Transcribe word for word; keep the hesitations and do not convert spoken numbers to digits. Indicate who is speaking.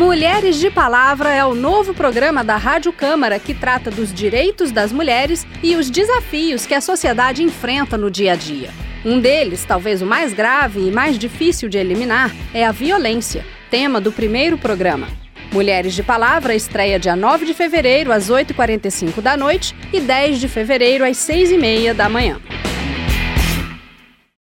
Speaker 1: Mulheres de Palavra é o novo programa da Rádio Câmara que trata dos direitos das mulheres e os desafios que a sociedade enfrenta no dia a dia. Um deles, talvez o mais grave e mais difícil de eliminar, é a violência, tema do primeiro programa. Mulheres de Palavra estreia dia nove de fevereiro às oito e quarenta e cinco da noite e dez de fevereiro às seis e meia da manhã.